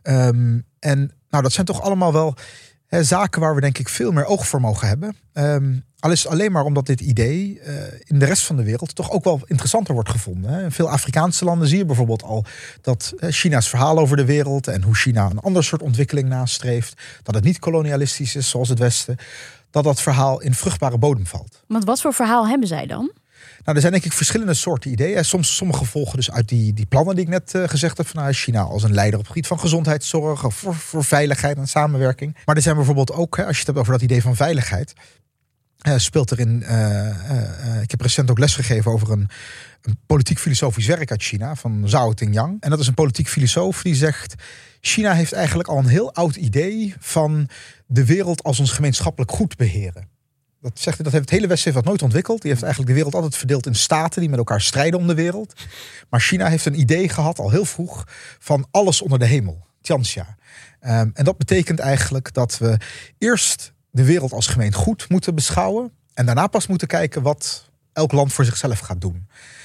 Um, en nou, dat zijn toch allemaal wel hè, zaken waar we denk ik veel meer oog voor mogen hebben. Um, Al is het alleen maar omdat dit idee uh, in de rest van de wereld toch ook wel interessanter wordt gevonden. Hè. In veel Afrikaanse landen zie je bijvoorbeeld al dat uh, China's verhaal over de wereld en hoe China een ander soort ontwikkeling nastreeft, dat het niet kolonialistisch is zoals het Westen, dat dat verhaal in vruchtbare bodem valt. Want wat voor verhaal hebben zij dan? Nou, er zijn denk ik verschillende soorten ideeën. Soms, sommige volgen dus uit die, die plannen die ik net uh, gezegd heb van uh, China als een leider op het gebied van gezondheidszorg, of voor, voor veiligheid en samenwerking. Maar er zijn bijvoorbeeld ook, hè, als je het hebt over dat idee van veiligheid, Uh, speelt er in. Uh, uh, uh, ik heb recent ook lesgegeven over een, een politiek-filosofisch werk uit China van Zhao Tingyang. En dat is een politiek filosoof die zegt: China heeft eigenlijk al een heel oud idee van de wereld als ons gemeenschappelijk goed beheren. Dat zegt hij, dat heeft het hele Westen heeft dat nooit ontwikkeld. Die heeft eigenlijk de wereld altijd verdeeld in staten die met elkaar strijden om de wereld. Maar China heeft een idee gehad al heel vroeg van alles onder de hemel, Tianxia. Um, en dat betekent eigenlijk dat we eerst de wereld als gemeen goed moeten beschouwen en daarna pas moeten kijken wat elk land voor zichzelf gaat doen.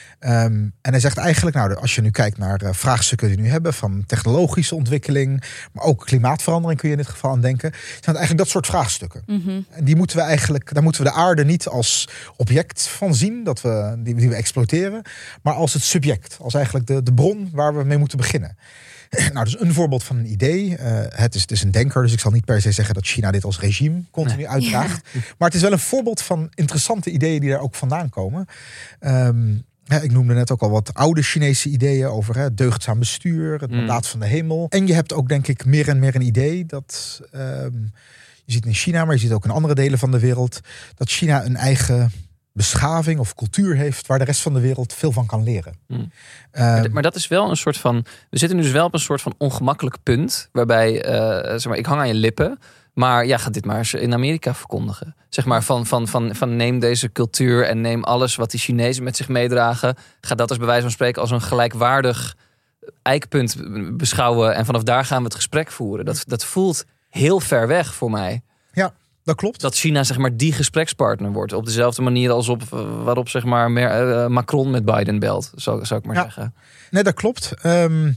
Um, en hij zegt eigenlijk, nou, als je nu kijkt naar uh, vraagstukken die we nu hebben van technologische ontwikkeling, maar ook klimaatverandering kun je in dit geval aan denken, zijn het eigenlijk dat soort vraagstukken. Mm-hmm. En die moeten we eigenlijk, daar moeten we de aarde niet als object van zien, dat we, die, die we exploiteren, maar als het subject, als eigenlijk de, de bron waar we mee moeten beginnen. Nou, dus een voorbeeld van een idee. Uh, het, is, het is een denker, dus ik zal niet per se zeggen dat China dit als regime continu nee. uitdraagt. Ja. Maar het is wel een voorbeeld van interessante ideeën die daar ook vandaan komen. Um, Hè, ik noemde net ook al wat oude Chinese ideeën over hè, deugdzaam bestuur, het mandaat mm. van de hemel. En je hebt ook denk ik meer en meer een idee dat, um, je ziet in China, maar je ziet ook in andere delen van de wereld, dat China een eigen beschaving of cultuur heeft waar de rest van de wereld veel van kan leren. Mm. Um, maar, maar dat is wel een soort van, we zitten nu dus wel op een soort van ongemakkelijk punt, waarbij, uh, zeg maar, ik hang aan je lippen, maar ja, ga dit maar eens in Amerika verkondigen. Zeg maar van, van, van, van neem deze cultuur en neem alles wat die Chinezen met zich meedragen. Ga dat als bij wijze van spreken als een gelijkwaardig eikpunt beschouwen. En vanaf daar gaan we het gesprek voeren. Dat, dat voelt heel ver weg voor mij. Ja, dat klopt. Dat China zeg maar die gesprekspartner wordt. Op dezelfde manier als op waarop zeg maar Macron met Biden belt. Zou, zou ik maar ja. zeggen. Nee, dat klopt. Um...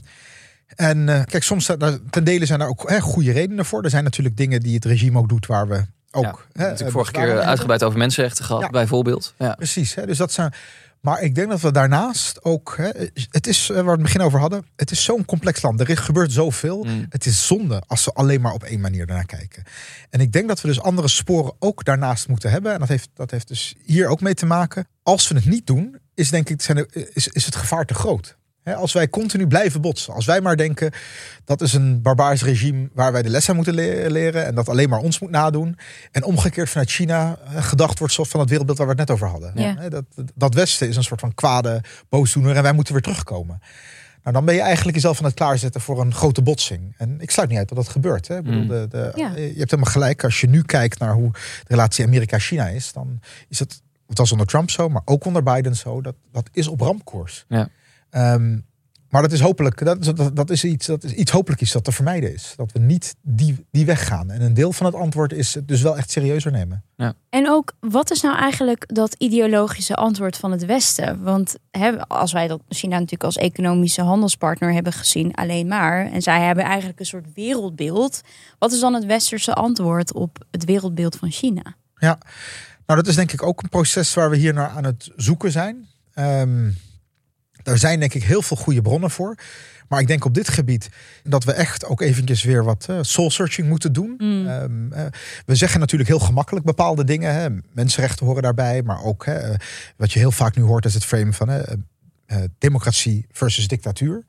En uh, kijk, soms ten dele zijn er ook hè, goede redenen voor. Er zijn natuurlijk dingen die het regime ook doet waar we ook... Ja, hè, natuurlijk vorige keer uitgebreid over mensenrechten gehad, ja. bijvoorbeeld. Ja. Precies. Hè, dus dat zijn, maar ik denk dat we daarnaast ook... Hè, het is, waar we het begin over hadden, het is zo'n complex land. Er gebeurt zoveel. Mm. Het is zonde als we alleen maar op één manier daarnaar kijken. En ik denk dat we dus andere sporen ook daarnaast moeten hebben. En dat heeft, dat heeft dus hier ook mee te maken. Als we het niet doen, is denk ik zijn er, is, is het gevaar te groot. Als wij continu blijven botsen. Als wij maar denken dat is een barbaars regime waar wij de les aan moeten leren. En dat alleen maar ons moet nadoen. En omgekeerd vanuit China gedacht wordt van het wereldbeeld waar we het net over hadden. Ja. Dat, dat Westen is een soort van kwade boosdoener en wij moeten weer terugkomen. Nou, dan ben je eigenlijk jezelf aan het klaarzetten voor een grote botsing. En ik sluit niet uit dat dat gebeurt. Hè. Ik bedoel, de, de, ja. Je hebt helemaal gelijk. Als je nu kijkt naar hoe de relatie Amerika-China is. Dan is het, het was onder Trump zo, maar ook onder Biden zo. Dat, dat is op ramkoers. Ja. Um, maar dat is hopelijk, dat, dat, dat is iets, dat is iets hopelijk iets dat te vermijden is. Dat we niet die, die weg gaan. En een deel van het antwoord is het dus wel echt serieuzer nemen. Ja. En ook, wat is nou eigenlijk dat ideologische antwoord van het Westen? Want hè, als wij dat China natuurlijk als economische handelspartner hebben gezien, alleen maar. En zij hebben eigenlijk een soort wereldbeeld. Wat is dan het westerse antwoord op het wereldbeeld van China? Ja, nou dat is denk ik ook een proces waar we hier naar aan het zoeken zijn. Um, Daar zijn denk ik heel veel goede bronnen voor. Maar ik denk op dit gebied dat we echt ook eventjes weer wat uh, soul-searching moeten doen. Mm. Um, uh, we zeggen natuurlijk heel gemakkelijk bepaalde dingen. Hè. Mensenrechten horen daarbij. Maar ook hè, uh, wat je heel vaak nu hoort is het frame van uh, uh, democratie versus dictatuur.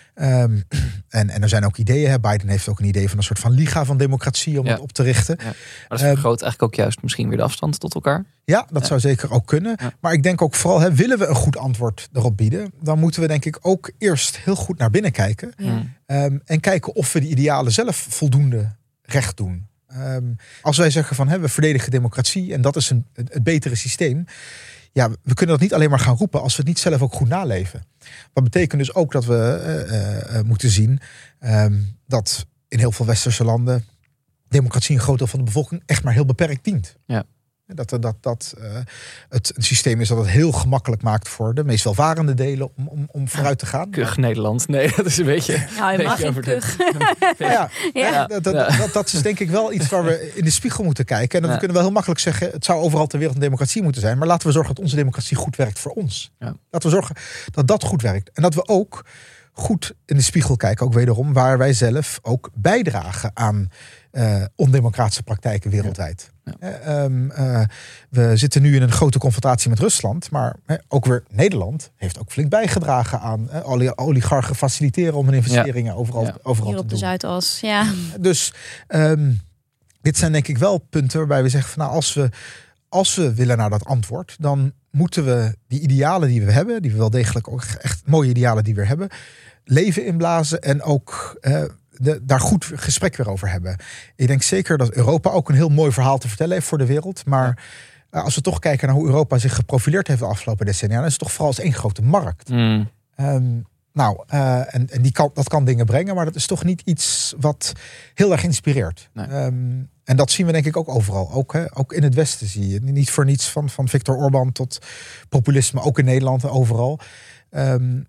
Um, en, en er zijn ook ideeën. Hè. Biden heeft ook een idee van een soort van liga van democratie om ja. het op te richten. Ja. Maar dat vergroot um, eigenlijk ook juist misschien weer de afstand tot elkaar. Ja, dat ja. zou zeker ook kunnen. Ja. Maar ik denk ook vooral, hè, willen we een goed antwoord erop bieden, dan moeten we denk ik ook eerst heel goed naar binnen kijken. Ja. Um, en kijken of we die idealen zelf voldoende recht doen. Um, als wij zeggen van hè, we verdedigen democratie en dat is een, het, het betere systeem. Ja, we kunnen dat niet alleen maar gaan roepen als we het niet zelf ook goed naleven. Wat betekent dus ook dat we uh, uh, moeten zien um, dat in heel veel westerse landen democratie een groot deel van de bevolking echt maar heel beperkt dient. Ja. Dat, dat, dat uh, het een systeem is dat het heel gemakkelijk maakt voor de meest welvarende delen om, om, om vooruit te gaan. Kuch Nederland. Nee, dat is een beetje... Nou, je mag geen kuch. Ja, ja. ja dat, dat, dat, dat is denk ik wel iets waar we in de spiegel moeten kijken. En dan ja. kunnen we heel makkelijk zeggen, het zou overal ter wereld een democratie moeten zijn. Maar laten we zorgen dat onze democratie goed werkt voor ons. Ja. Laten we zorgen dat dat goed werkt. En dat we ook goed in de spiegel kijken, ook wederom, waar wij zelf ook bijdragen aan uh, ondemocratische praktijken wereldwijd. Ja. Ja. Um, uh, we zitten nu in een grote confrontatie met Rusland, maar uh, ook weer Nederland heeft ook flink bijgedragen aan uh, oligarchen faciliteren om hun investeringen ja. overal, ja. overal Hier te doen. Hier op de Zuidas, ja. Dus um, dit zijn denk ik wel punten waarbij we zeggen van nou, als we als we willen naar dat antwoord, dan moeten we die idealen die we hebben, die we wel degelijk ook echt mooie idealen die we hebben, leven inblazen en ook uh, de, daar goed gesprek weer over hebben. Ik denk zeker dat Europa ook een heel mooi verhaal te vertellen heeft voor de wereld. Maar uh, als we toch kijken naar hoe Europa zich geprofileerd heeft de afgelopen decennia, dan is het toch vooral als één grote markt. Mm. Um, nou, uh, en, en die kan, dat kan dingen brengen, maar dat is toch niet iets wat heel erg inspireert. Nee. Um, en dat zien we denk ik ook overal. Ook, hè, ook in het Westen zie je. Niet voor niets van, van Viktor Orbán tot populisme, ook in Nederland en overal. Um,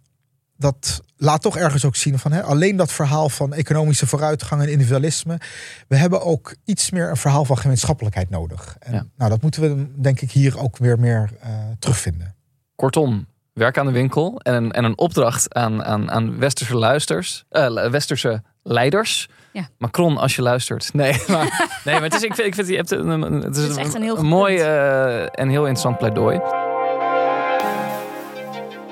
dat laat toch ergens ook zien van hè, alleen dat verhaal van economische vooruitgang en individualisme. We hebben ook iets meer een verhaal van gemeenschappelijkheid nodig. En ja. nou, dat moeten we denk ik hier ook weer meer uh, terugvinden. Kortom, werk aan de winkel en een, en een opdracht aan, aan, aan westerse luisters, uh, westerse leiders. Ja. Macron, als je luistert. Nee, maar, nee, maar het is, ik vind, ik vind je hebt een, het is, het is echt een, heel een mooi uh, en heel interessant pleidooi.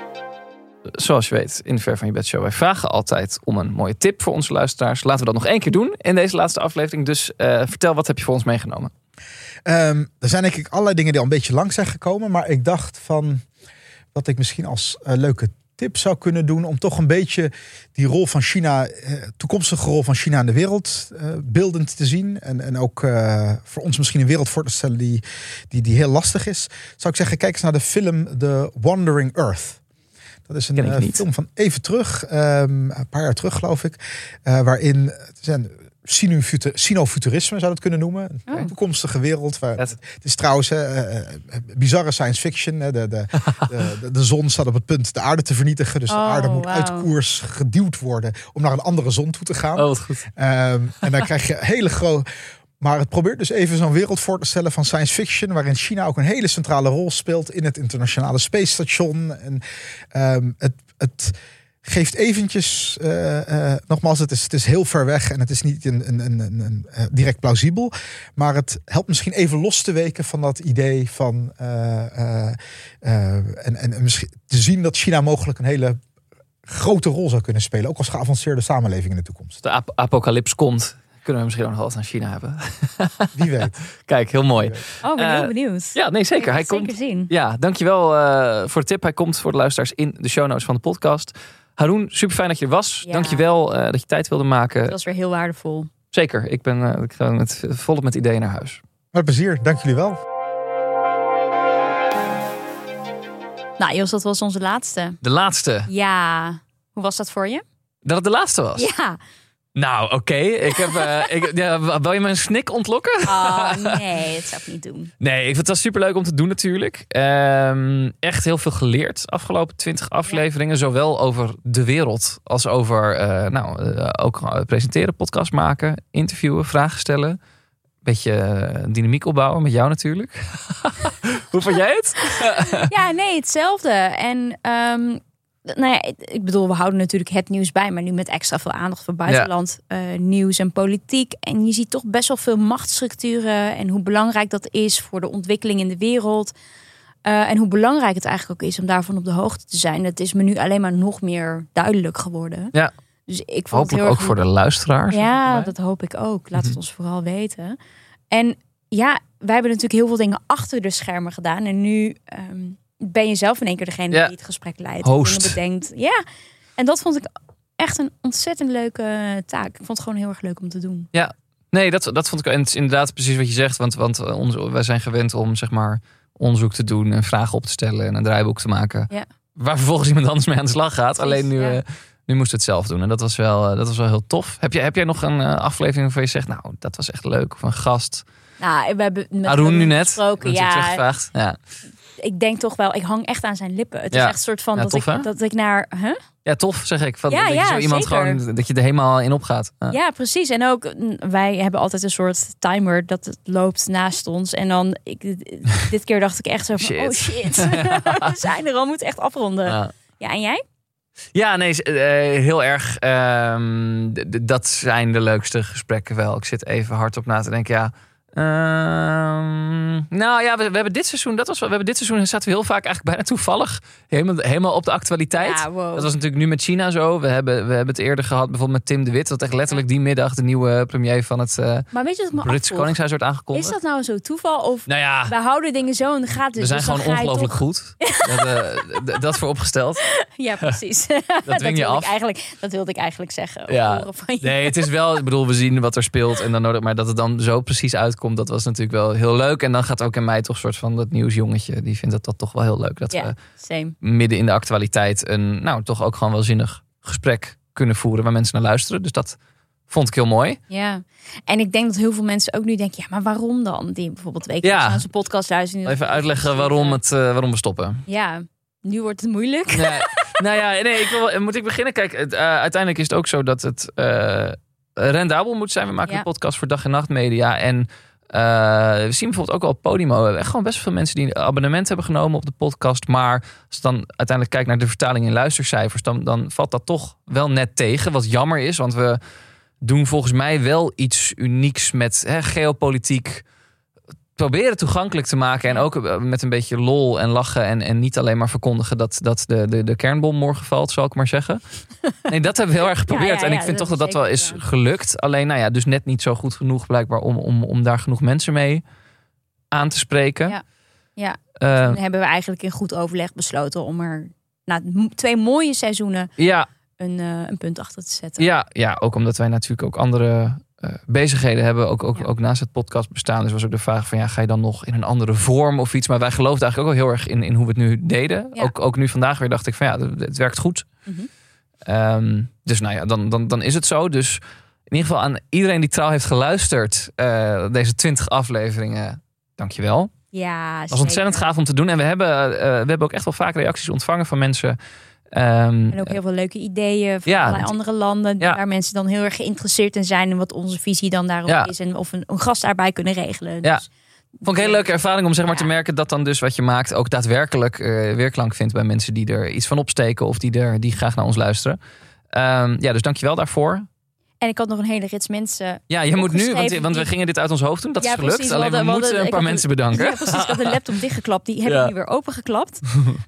zoals je weet, in de Ver van je bed show, wij vragen altijd om een mooie tip voor onze luisteraars. Laten we dat nog één keer doen in deze laatste aflevering. Dus uh, vertel, wat heb je voor ons meegenomen? Um, er zijn denk ik allerlei dingen die al een beetje lang zijn gekomen. Maar ik dacht van wat ik misschien als uh, leuke tip zou kunnen doen om toch een beetje die rol van China, uh, toekomstige rol van China in de wereld uh, beeldend te zien. En, en ook uh, voor ons misschien een wereld voor te stellen die, die, die heel lastig is. Zou ik zeggen, kijk eens naar de film The Wandering Earth. Dat is een uh, film van even terug, um, een paar jaar terug geloof ik. Uh, waarin het zijn sinofuturisme zou dat kunnen noemen. Een oh. toekomstige wereld. Waar, het is trouwens uh, uh, bizarre science fiction. De, de, de, de, de zon staat op het punt de aarde te vernietigen. Dus oh, de aarde moet wow. uit koers geduwd worden om naar een andere zon toe te gaan. Oh, wat goed. Um, en dan krijg je hele grote... Maar het probeert dus even zo'n wereld voor te stellen van science fiction, waarin China ook een hele centrale rol speelt in het internationale space station. En um, het... het geeft eventjes, uh, uh, nogmaals, het is, het is heel ver weg en het is niet een, een, een, een, een, uh, direct plausibel. Maar het helpt misschien even los te weken van dat idee van uh, uh, uh, en, en, en misschien te zien dat China mogelijk een hele grote rol zou kunnen spelen. Ook als geavanceerde samenleving in de toekomst. De ap- apocalyps komt. Kunnen we misschien ook nog wel eens aan China hebben. Wie weet. Kijk, heel mooi. Oh, ik ben heel uh, benieuwd. Ja, nee, zeker. Hij zeker komt. Zien. Ja, dankjewel uh, voor de tip. Hij komt voor de luisteraars in de show notes van de podcast. Haroon, super fijn dat je er was. Ja. Dankjewel uh, dat je tijd wilde maken. Dat was weer heel waardevol. Zeker. Ik ben uh, ik ga met, volop met ideeën naar huis. Met plezier. Dank jullie wel. Nou Jos, dat was onze laatste. De laatste? Ja. Hoe was dat voor je? Dat het de laatste was? Ja. Nou, oké. Okay. Ik heb. Uh, ik, ja, wil je mijn snik ontlokken? Oh, nee, dat zou ik niet doen. Nee, ik vind het wel superleuk om te doen natuurlijk. Um, echt heel veel geleerd afgelopen twintig afleveringen. Ja. Zowel over de wereld als over uh, nou, uh, ook presenteren, podcast maken, interviewen, vragen stellen. Beetje uh, dynamiek opbouwen met jou natuurlijk. Hoe vond jij het? Ja, nee, hetzelfde. En um, nou ja, ik bedoel, we houden natuurlijk het nieuws bij, maar nu met extra veel aandacht voor buitenland ja. uh, nieuws en politiek. En je ziet toch best wel veel machtsstructuren en hoe belangrijk dat is voor de ontwikkeling in de wereld. Uh, en hoe belangrijk het eigenlijk ook is om daarvan op de hoogte te zijn. Dat is me nu alleen maar nog meer duidelijk geworden. Ja. Dus ik vond hopelijk het heel ook erg... voor de luisteraars. Ja, dat hoop ik ook. Laat mm-hmm. het ons vooral weten. En ja, wij hebben natuurlijk heel veel dingen achter de schermen gedaan. En nu um, ben je zelf in één keer degene ja. die het gesprek leidt. Host. En bedenkt. Ja, en dat vond ik echt een ontzettend leuke taak. Ik vond het gewoon heel erg leuk om te doen. Ja, nee, dat, dat vond ik en het is inderdaad precies wat je zegt. Want, want ons, wij zijn gewend om zeg maar onderzoek te doen en vragen op te stellen en een draaiboek te maken. Ja. Waar vervolgens iemand anders mee aan de slag gaat. Precies, Alleen nu... ja. Uh, Nu moest het zelf doen. En dat was wel, dat was wel heel tof. Heb jij, heb jij nog een uh, aflevering waarvan je zegt, nou, dat was echt leuk. Of een gast. Nou, we hebben met Haroon nu net. Gesproken, ja. ja. Ik denk toch wel, ik hang echt aan zijn lippen. Het ja. is echt een soort van ja, dat, tof, ik, dat ik naar... Huh? Ja, tof zeg ik. Van, ja, dat ja, je zo iemand zeker. gewoon, dat je er helemaal in opgaat. Ja. ja, precies. En ook, wij hebben altijd een soort timer dat het loopt naast ons. En dan, ik, dit keer dacht ik echt zo van, shit. oh shit. We zijn er al, moeten echt afronden. Ja, ja en jij? Ja, nee, uh, heel erg. Um, d- d- dat zijn de leukste gesprekken wel. Ik zit even hardop na te denken. Ja, um, nou ja, we, we hebben dit seizoen. Dat was, we hebben dit seizoen zaten we heel vaak eigenlijk bijna toevallig helemaal, helemaal op de actualiteit. Ja, wow. Dat was natuurlijk nu met China zo. We hebben, we hebben het eerder gehad bijvoorbeeld met Tim de Wit. Dat echt letterlijk die middag de nieuwe premier van het uh, maar weet je wat me Britse afvolgt? Koningshuis wordt aangekondigd. Is dat nou zo toeval of nou ja, we houden dingen zo in de gaten? We zijn dus gewoon ongelooflijk toch... goed. dat, uh, d- dat vooropgesteld. Ja, precies. dat dat dwing je wilde af. Ik eigenlijk, dat wilde ik eigenlijk zeggen. Ja. Van je. Nee, het is wel, ik bedoel, we zien wat er speelt en dan nodig, maar dat het dan zo precies uitkomt, dat was natuurlijk wel heel leuk. En dan gaat ook in mij toch een soort van dat nieuwsjongetje, die vindt dat, dat toch wel heel leuk. Dat ja, we same. midden in de actualiteit een, nou, toch ook gewoon wel zinnig gesprek kunnen voeren waar mensen naar luisteren. Dus dat vond ik heel mooi. Ja, en ik denk dat heel veel mensen ook nu denken, ja, maar waarom dan? Die bijvoorbeeld wekelijks ja. naar zijn podcast luisteren. Even uitleggen waarom, het, uh, waarom we stoppen. Ja, nu wordt het moeilijk. Nee, nou ja, nee, ik wil, moet ik beginnen? Kijk, het, uh, uiteindelijk is het ook zo dat het uh, rendabel moet zijn. We maken ja. een podcast voor dag en nacht media. En uh, we zien bijvoorbeeld ook al op Podimo. We hebben echt gewoon best veel mensen die een abonnement hebben genomen op de podcast. Maar als je dan uiteindelijk kijkt naar de vertaling in luistercijfers, dan, dan valt dat toch wel net tegen. Wat jammer is, want we doen volgens mij wel iets unieks met hè, geopolitiek. proberen toegankelijk te maken. En ook met een beetje lol en lachen. En, en niet alleen maar verkondigen dat, dat de, de, de kernbom morgen valt, zal ik maar zeggen. Nee, dat hebben we heel erg geprobeerd. Ja, ja, ja, en ik vind dat toch dat dat wel is ja. gelukt. Alleen, nou ja, dus net niet zo goed genoeg blijkbaar om, om, om daar genoeg mensen mee aan te spreken. Ja, ja. Uh, toen hebben we eigenlijk in goed overleg besloten om er na twee mooie seizoenen ja. een, uh, een punt achter te zetten. Ja, ja, ook omdat wij natuurlijk ook andere uh, bezigheden hebben. Ook, ook, ja. ook naast het podcast bestaan. Dus was ook de vraag van ja, ga je dan nog in een andere vorm of iets? Maar wij geloofden eigenlijk ook wel heel erg in, in hoe we het nu deden. Ja. Ook, ook nu vandaag weer dacht ik van ja, het werkt goed. Mm-hmm. Um, dus nou ja, dan, dan, dan is het zo. Dus in ieder geval aan iedereen die trouw heeft geluisterd. Uh, deze twintig afleveringen, dankjewel. Ja, het was ontzettend gaaf om te doen. En we hebben, uh, we hebben ook echt wel vaak reacties ontvangen van mensen. Um, en ook heel veel leuke ideeën van ja, allerlei andere landen. Ja. Waar mensen dan heel erg geïnteresseerd in zijn. En wat onze visie dan daarop ja. is. En of een, een gast daarbij kunnen regelen. Ja. Dus, vond ik een hele leuke ervaring om zeg maar ja. te merken dat dan dus wat je maakt ook daadwerkelijk uh, weerklank vindt bij mensen die er iets van opsteken. Of die, er, die graag naar ons luisteren. Um, ja, dus dankjewel daarvoor. En ik had nog een hele rits mensen. Ja, je moet nu, want, want we gingen dit uit ons hoofd doen. Dat ja, is gelukt. Precies, alleen we, we moeten hadden, een paar mensen bedanken. Ja, precies. Ik had de laptop dichtgeklapt. Die heb ik ja. nu weer opengeklapt.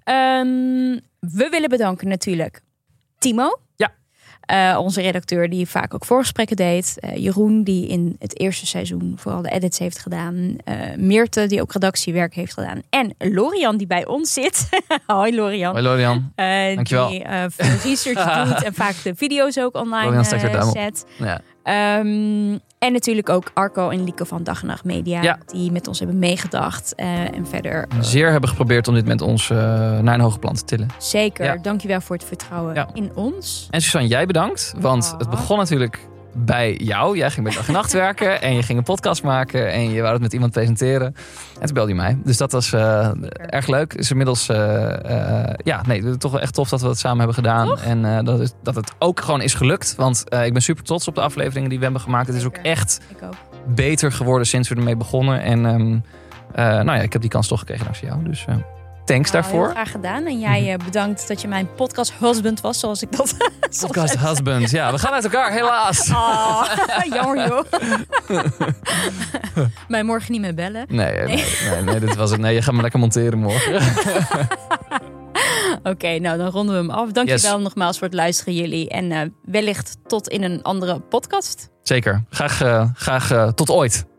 um, we willen bedanken natuurlijk Timo. Ja. Uh, onze redacteur die vaak ook voorgesprekken deed. Uh, Jeroen die in het eerste seizoen vooral de edits heeft gedaan. Uh, Meerte die ook redactiewerk heeft gedaan. En Lorian die bij ons zit. Hoi Lorian. Hoi Lorian. Uh, Dankjewel. Die uh, veel research doet en vaak de video's ook online uh, zet. Ja. Um, en natuurlijk ook Arco en Lieke van Dag en Nacht Media. Ja. Die met ons hebben meegedacht. Uh, en verder... Uh, Zeer hebben geprobeerd om dit met ons uh, naar een hoger plan te tillen. Zeker. Ja. Dankjewel voor het vertrouwen ja. in ons. En Suzanne, jij bedankt. Want oh. het begon natuurlijk bij jou. Jij ging bij Dag en Nacht werken. En je ging een podcast maken. En je wou het met iemand presenteren. En toen belde je mij. Dus dat was uh, erg leuk. Is inmiddels uh, uh, ja, nee, toch wel echt tof dat we het samen hebben gedaan. Toch? En uh, dat, is, dat het ook gewoon is gelukt. Want uh, ik ben super trots op de afleveringen die we hebben gemaakt. Het is ook echt ik ook. beter geworden sinds we ermee begonnen. En um, uh, nou ja, ik heb die kans toch gekregen dankzij jou. Dus uh, thanks nou, daarvoor. Heel graag gedaan. En jij uh, bedankt dat je mijn podcast husband was, zoals ik dat Podcast husband, ja. We gaan uit elkaar, helaas. Oh, jammer joh. Mij morgen niet meer bellen. Nee, nee, nee, nee, nee dit was het. Nee, je gaat me lekker monteren morgen. Oké, okay, nou dan ronden we hem af. Dankjewel yes. nogmaals voor het luisteren jullie. En uh, wellicht tot in een andere podcast. Zeker. Graag, uh, graag uh, tot ooit.